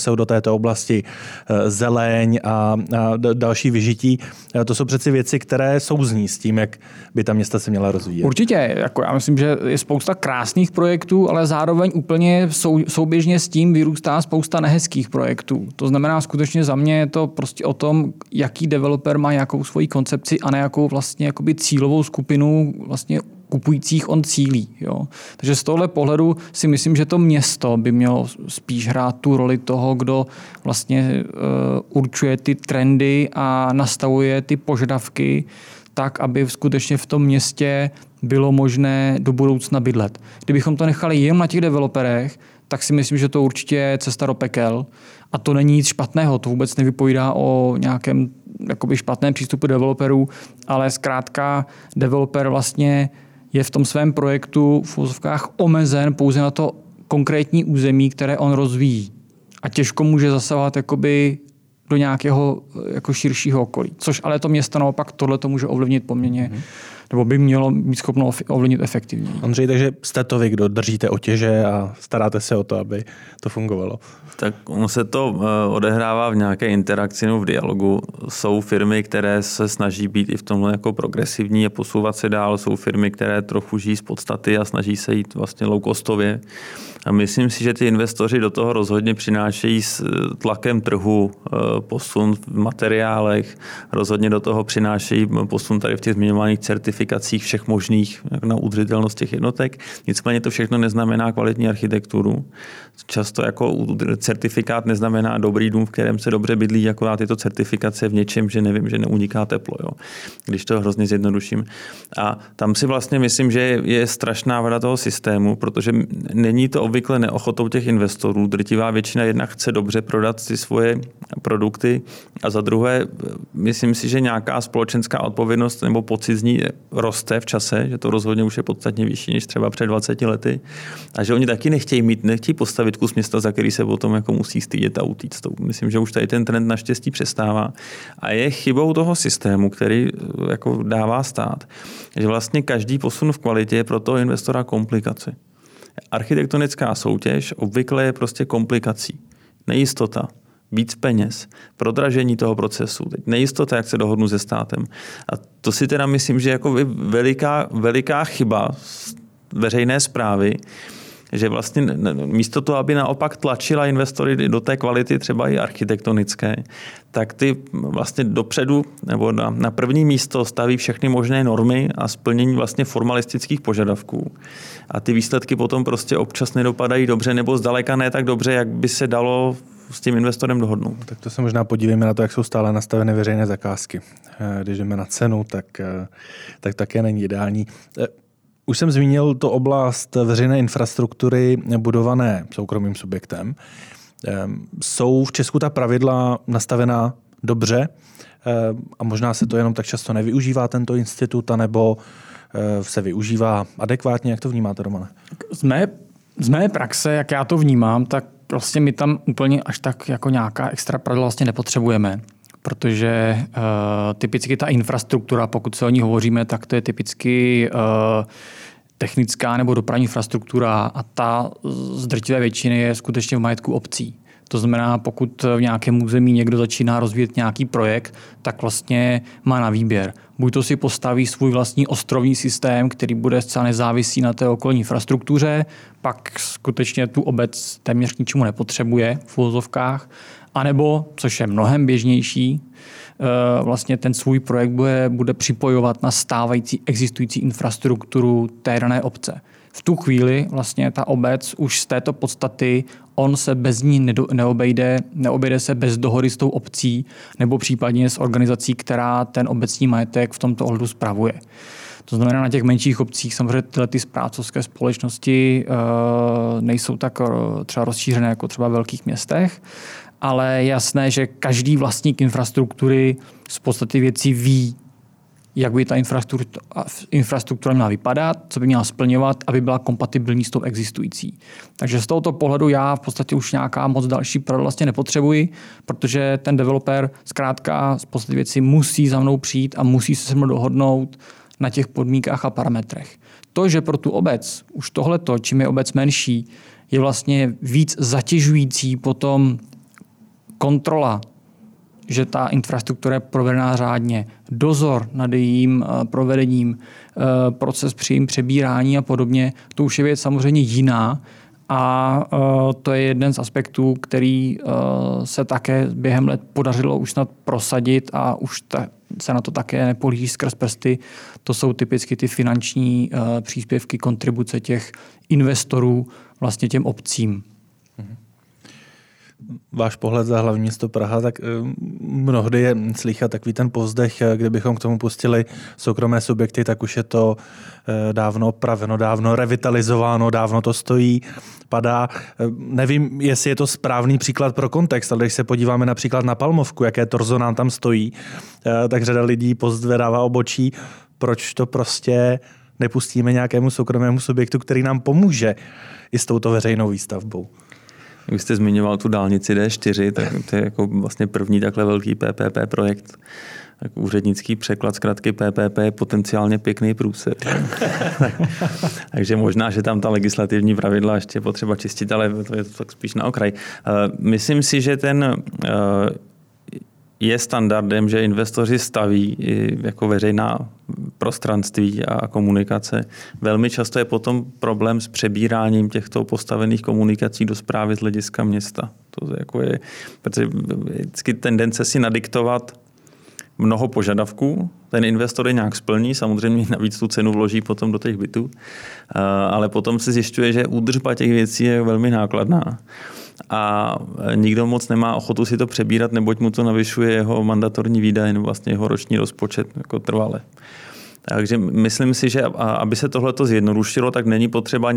vnesou do této oblasti zeleň a další vyžití. To jsou přeci věci, které souzní s tím, jak by ta města se měla rozvíjet. Určitě. Jako já myslím, že je spousta krásných projektů, ale zároveň úplně souběžně s tím vyrůstá spousta nehezkých projektů. To znamená, skutečně za mě je to prostě o tom, jaký developer má jakou svoji koncepci a na jakou vlastně jakoby cílovou skupinu vlastně kupujících on cílí. Jo. Takže z tohohle pohledu si myslím, že to město by mělo spíš hrát tu roli toho, kdo vlastně určuje ty trendy a nastavuje ty požadavky tak, aby skutečně v tom městě bylo možné do budoucna bydlet. Kdybychom to nechali jen na těch developerech, tak si myslím, že to určitě je cesta do pekel. A to není nic špatného, to vůbec nevypovídá o nějakém jakoby špatném přístupu developerů, ale zkrátka developer vlastně je v tom svém projektu v uvozovkách omezen pouze na to konkrétní území, které on rozvíjí. A těžko může zasahovat jakoby do nějakého jako širšího okolí. Což ale to město naopak tohle to může ovlivnit poměrně, nebo by mělo být schopno ovlivnit efektivně. Ondřej, takže jste to vy, kdo držíte otěže a staráte se o to, aby to fungovalo. Tak ono se to odehrává v nějaké interakci nebo v dialogu. Jsou firmy, které se snaží být i v tomhle jako progresivní a posouvat se dál. Jsou firmy, které trochu žijí z podstaty a snaží se jít vlastně low-costově. A myslím si, že ty investoři do toho rozhodně přinášejí s tlakem trhu posun v materiálech, rozhodně do toho přinášejí posun tady v těch zmiňovaných certifikacích všech možných na udržitelnost těch jednotek. Nicméně to všechno neznamená kvalitní architekturu. Často jako certifikát neznamená dobrý dům, v kterém se dobře bydlí, akorát je to certifikace v něčem, že nevím, že neuniká teplo, jo? Když to hrozně zjednoduším. A tam si vlastně myslím, že je strašná vada toho systému, protože není to obvykle neochotou těch investorů. Drtivá většina jednak chce dobře prodat ty svoje produkty a za druhé myslím si, že nějaká společenská odpovědnost nebo pocit z ní roste v čase, že to rozhodně už je podstatně vyšší než třeba před 20 lety a že oni taky nechtějí postavit kus města, za který se potom jako musí stydět a utíct. Myslím, že už tady ten trend naštěstí přestává a je chybou toho systému, který jako dává stát, že vlastně každý posun v kvalitě je pro toho investora komplikace. Architektonická soutěž obvykle je prostě komplikací. Nejistota, víc peněz, prodražení toho procesu, teď nejistota, jak se dohodnu se státem. A to si teda myslím, že je jako veliká chyba veřejné správy, že vlastně místo toho, aby naopak tlačila investory do té kvality třeba i architektonické, tak ty vlastně dopředu nebo na první místo staví všechny možné normy a splnění vlastně formalistických požadavků. A ty výsledky potom prostě občas nedopadají dobře nebo zdaleka ne tak dobře, jak by se dalo s tím investorem dohodnout. Tak to se možná podívejme na to, jak jsou stále nastaveny veřejné zakázky. Když jdeme na cenu, tak také není ideální. Už jsem zmínil tu oblast veřejné infrastruktury budované soukromým subjektem. Jsou v Česku ta pravidla nastavená dobře a možná se to jenom tak často nevyužívá tento institut, anebo se využívá adekvátně. Jak to vnímáte, Romane? Z mé praxe, jak já to vnímám, tak prostě my tam úplně až tak jako nějaká extra pravidla vlastně nepotřebujeme. Protože typicky ta infrastruktura, pokud se o ní hovoříme, tak to je typicky technická nebo dopravní infrastruktura a ta z drtivé většiny je skutečně v majetku obcí. To znamená, pokud v nějakém území někdo začíná rozvíjet nějaký projekt, tak vlastně má na výběr. Buď to si postaví svůj vlastní ostrovní systém, který bude zcela nezávislý na té okolní infrastruktuře, pak skutečně tu obec téměř k ničemu nepotřebuje v uvozovkách, anebo, což je mnohem běžnější, vlastně ten svůj projekt bude připojovat na stávající existující infrastrukturu té dané obce. V tu chvíli vlastně ta obec už z této podstaty, on se bez ní neobejde se bez dohody s tou obcí nebo případně s organizací, která ten obecní majetek v tomto ohledu spravuje. To znamená, na těch menších obcích samozřejmě ty správcovské společnosti nejsou tak třeba rozšířené jako třeba v velkých městech, ale je jasné, že každý vlastník infrastruktury z podstaty věcí ví, jak by ta infrastruktura měla vypadat, co by měla splňovat, aby byla kompatibilní s tou existující. Takže z tohoto pohledu já v podstatě už nějaká moc další pravidla vlastně nepotřebuji, protože ten developer zkrátka z podstaty věcí musí za mnou přijít a musí se mnou dohodnout na těch podmínkách a parametrech. To, že pro tu obec už tohleto, čím je obec menší, je vlastně víc zatěžující potom kontrola, že ta infrastruktura je provedená řádně, dozor nad jejím provedením, proces při jejím přebírání a podobně, to už je věc samozřejmě jiná a to je jeden z aspektů, který se také během let podařilo už snad prosadit a už se na to také nepolíží skrz prsty. To jsou typicky ty finanční příspěvky, kontribuce těch investorů vlastně těm obcím. Váš pohled za hlavní město Praha, tak mnohdy je slýchat takový ten povzdech, kdybychom k tomu pustili soukromé subjekty, tak už je to dávno opraveno, dávno revitalizováno, dávno to stojí, padá. Nevím, jestli je to správný příklad pro kontext, ale když se podíváme například na Palmovku, jaké torzo nám tam stojí, tak řada lidí pozdvedává obočí, proč to prostě nepustíme nějakému soukromému subjektu, který nám pomůže i s touto veřejnou výstavbou. Vy jste zmiňoval tu dálnici D4, tak to je jako vlastně první takhle velký PPP projekt. Tak úřednický překlad zkrátky PPP je potenciálně pěkný průser. Takže možná, že tam ta legislativní pravidla ještě potřeba čistit, ale to je tak spíš na okraj. Myslím si, že je standardem, že investoři staví jako veřejná prostranství a komunikace. Velmi často je potom problém s přebíráním těchto postavených komunikací do správy z hlediska města. To je, protože vždycky tendence si nadiktovat mnoho požadavků. Ten investor je nějak splní, samozřejmě navíc tu cenu vloží potom do těch bytů, ale potom se zjišťuje, že údržba těch věcí je velmi nákladná. A nikdo moc nemá ochotu si to přebírat, neboť mu to navyšuje jeho mandatorní výdaje nebo vlastně jeho roční rozpočet jako trvale. Takže myslím si, že aby se tohleto zjednodušilo, tak není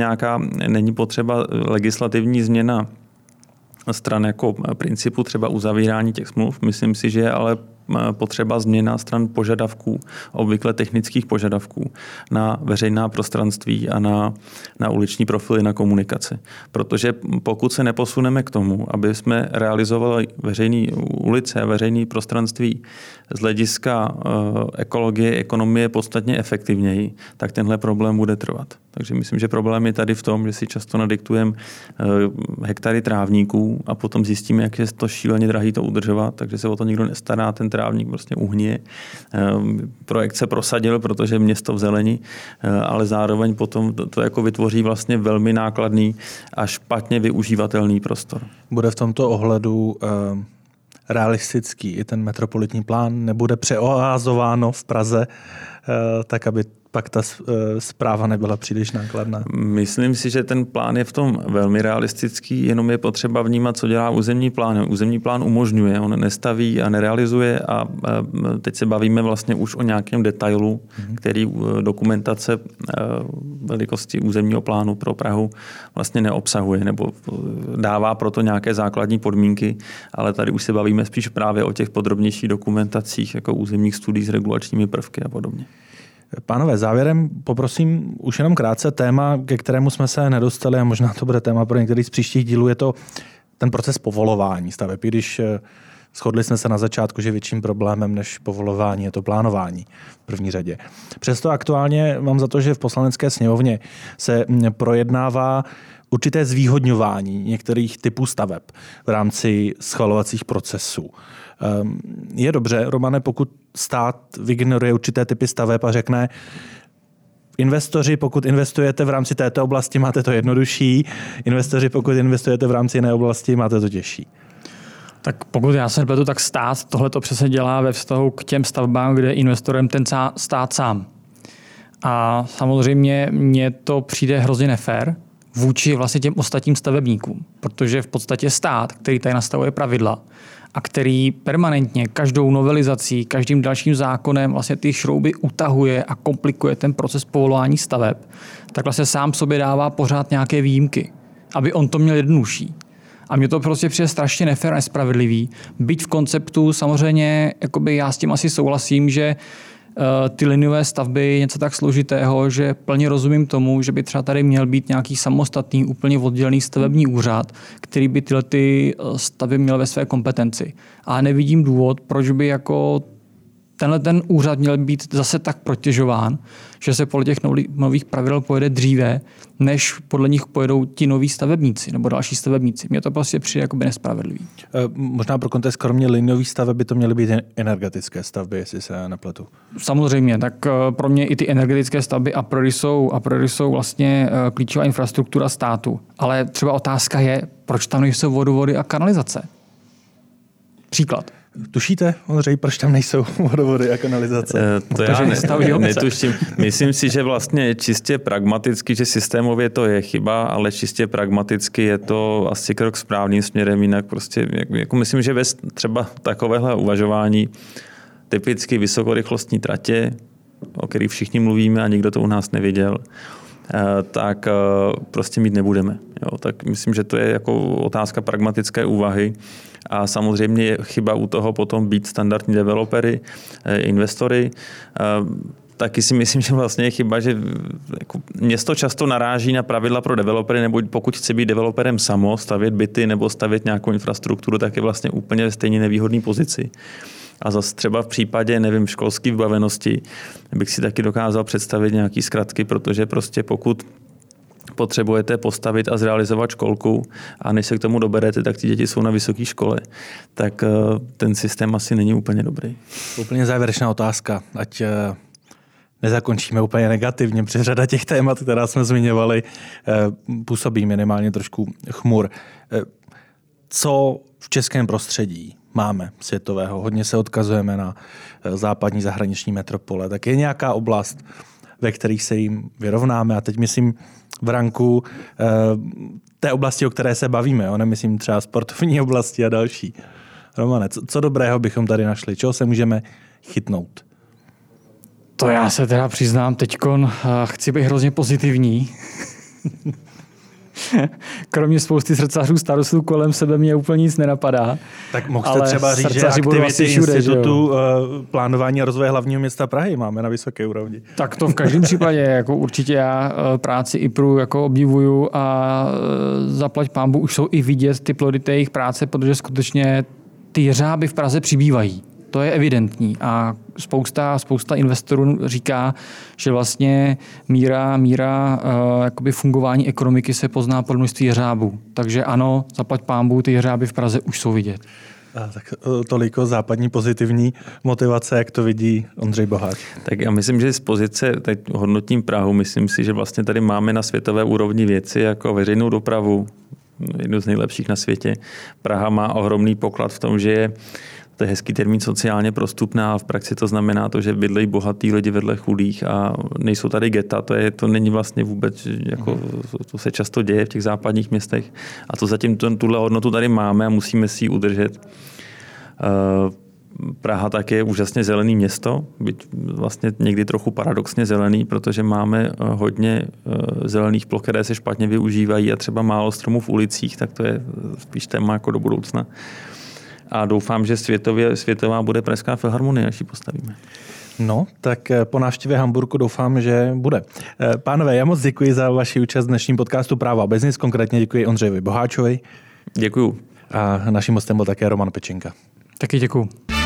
potřeba legislativní změna stran jako principu třeba uzavírání těch smluv. Myslím si, že je ale potřeba změna stran požadavků, obvykle technických požadavků na veřejná prostranství a na uliční profily na komunikaci. Protože pokud se neposuneme k tomu, aby jsme realizovali veřejné ulice a veřejné prostranství z hlediska ekologie, ekonomie podstatně efektivněji, tak tenhle problém bude trvat. Takže myslím, že problém je tady v tom, že si často nadiktujeme hektary trávníků a potom zjistíme, jak je to šíleně drahý to udržovat, takže se o to nikdo nestará, ten trávník prostě uhnie. Projekt se prosadil, protože je město v zeleni, ale zároveň potom to jako vytvoří vlastně velmi nákladný a špatně využívatelný prostor. Bude v tomto ohledu realistický i ten metropolitní plán? Nebude přeoázováno v Praze, tak aby pak ta správa nebyla příliš nákladná? Myslím si, že ten plán je v tom velmi realistický, jenom je potřeba vnímat, co dělá územní plán. Územní plán umožňuje, on nestaví a nerealizuje a teď se bavíme vlastně už o nějakém detailu, který dokumentace velikosti územního plánu pro Prahu vlastně neobsahuje nebo dává proto nějaké základní podmínky, ale tady už se bavíme spíš právě o těch podrobnějších dokumentacích, jako územních studií s regulačními prvky a podobně. Pánové, závěrem poprosím už jenom krátce téma, ke kterému jsme se nedostali a možná to bude téma pro některý z příštích dílů, je to ten proces povolování staveb. I když shodli jsme se na začátku, že větším problémem než povolování je to plánování v první řadě. Přesto aktuálně mám za to, že v Poslanecké sněmovně se projednává určité zvýhodňování některých typů staveb v rámci schvalovacích procesů. Je dobře, Romane, pokud stát vygeneruje určité typy staveb a řekne, investoři, pokud investujete v rámci této oblasti, máte to jednodušší, investoři, pokud investujete v rámci jiné oblasti, máte to těžší. Tak pokud já se nepletu, tak stát tohleto přesně dělá ve vztahu k těm stavbám, kde je investorem ten stát sám. A samozřejmě mně to přijde hrozně nefér vůči vlastně těm ostatním stavebníkům, protože v podstatě stát, který tady nastavuje pravidla a který permanentně každou novelizací, každým dalším zákonem vlastně ty šrouby utahuje a komplikuje ten proces povolování staveb, tak vlastně sám sobě dává pořád nějaké výjimky, aby on to měl jednodušší. A mně to prostě přijde strašně nefér a nespravedlivý. Byť v konceptu samozřejmě jakoby já s tím asi souhlasím, že ty liniové stavby je něco tak složitého, že plně rozumím tomu, že by třeba tady měl být nějaký samostatný, úplně oddělený stavební úřad, který by tyhle ty stavby měl ve své kompetenci. A nevidím důvod, proč by jako ten úřad měl být zase tak protěžován, že se podle těch nových pravidel pojede dříve, než podle nich pojedou ti noví stavebníci nebo další stavebníci. Mně to prostě přijde jakoby nespravedlivý. Možná pro kontext, kromě liniových staveb by to měly být energetické stavby, jestli se nepletu. Samozřejmě, tak pro mě i ty energetické stavby a priori jsou vlastně klíčová infrastruktura státu. Ale třeba otázka je, proč tam nejsou vodovody a kanalizace? Příklad. Tušíte, Ondřej, proč tam nejsou vodovody a kanalizace? To já netuším. Myslím si, že vlastně čistě pragmaticky, že systémově to je chyba, ale čistě pragmaticky je to asi krok správným směrem, jinak prostě, jako myslím, že bez třeba takovéhle uvažování typicky vysokorychlostní tratě, o kterých všichni mluvíme a nikdo to u nás neviděl, tak prostě mít nebudeme. Jo, tak myslím, že to je jako otázka pragmatické úvahy a samozřejmě je chyba u toho potom být standardní developery, investory. Taky si myslím, že vlastně je chyba, že jako město často naráží na pravidla pro developery, nebo pokud chce být developerem samo, stavět byty nebo stavět nějakou infrastrukturu, tak je vlastně úplně ve stejně nevýhodné pozici. A zase třeba v případě, nevím, školské vybavenosti bych si taky dokázal představit nějaký zkratky, protože prostě pokud potřebujete postavit a zrealizovat školku a než se k tomu doberete, tak ty děti jsou na vysoké škole, tak ten systém asi není úplně dobrý. Úplně závěrečná otázka, ať nezakončíme úplně negativně, protože řada těch témat, která jsme zmiňovali, působí minimálně trošku chmur. Co v českém prostředí máme světového? Hodně se odkazujeme na západní zahraniční metropole. Tak je nějaká oblast, ve kterých se jim vyrovnáme? A teď myslím v ranku té oblasti, o které se bavíme. Nemyslím třeba sportovní oblasti a další. Romane, co dobrého bychom tady našli? Čeho se můžeme chytnout? To já se teda přiznám teďkon, chci být hrozně pozitivní. Kromě spousty srdcařů starostů kolem sebe mě úplně nic nenapadá. Tak mohl jste třeba říct, že aktivity Institutu plánování a rozvoje hlavního města Prahy máme na vysoké úrovni. Tak to v každém případě, jako určitě já práci IPRu jako obdivuju a zaplať pánbu už jsou i vidět ty plody té jejich práce, protože skutečně ty jeřáby v Praze přibývají. To je evidentní a spousta investorů říká, že vlastně míra jakoby fungování ekonomiky se pozná po množství jeřábů. Takže ano, zaplať pánbů, ty jeřáby v Praze už jsou vidět. Tak toliko západní pozitivní motivace, jak to vidí Ondřej Boháč. Tak já myslím, že z pozice, teď hodnotím Prahu, myslím si, že vlastně tady máme na světové úrovni věci jako veřejnou dopravu, jednu z nejlepších na světě. Praha má ohromný poklad v tom, že to je hezký termín sociálně prostupná a v praxi to znamená to, že bydlejí bohatý lidi vedle chudých a nejsou tady geta. To není vlastně vůbec, jako, to se často děje v těch západních městech a to zatím tuhle hodnotu tady máme a musíme si ji udržet. Praha tak je úžasně zelený město, byť vlastně někdy trochu paradoxně zelený, protože máme hodně zelených ploch, které se špatně využívají a třeba málo stromů v ulicích, tak to je spíš téma jako do budoucna. A doufám, že světová bude Pražská filharmonie, až ji postavíme. No, tak po návštěvě Hamburku doufám, že bude. Pánové, já moc děkuji za vaši účast v dnešním podcastu Právo a biznis. Konkrétně děkuji Ondřejovi Boháčovi. Děkuju. A naším hostem byl také Roman Pečenka. Taky děkuju.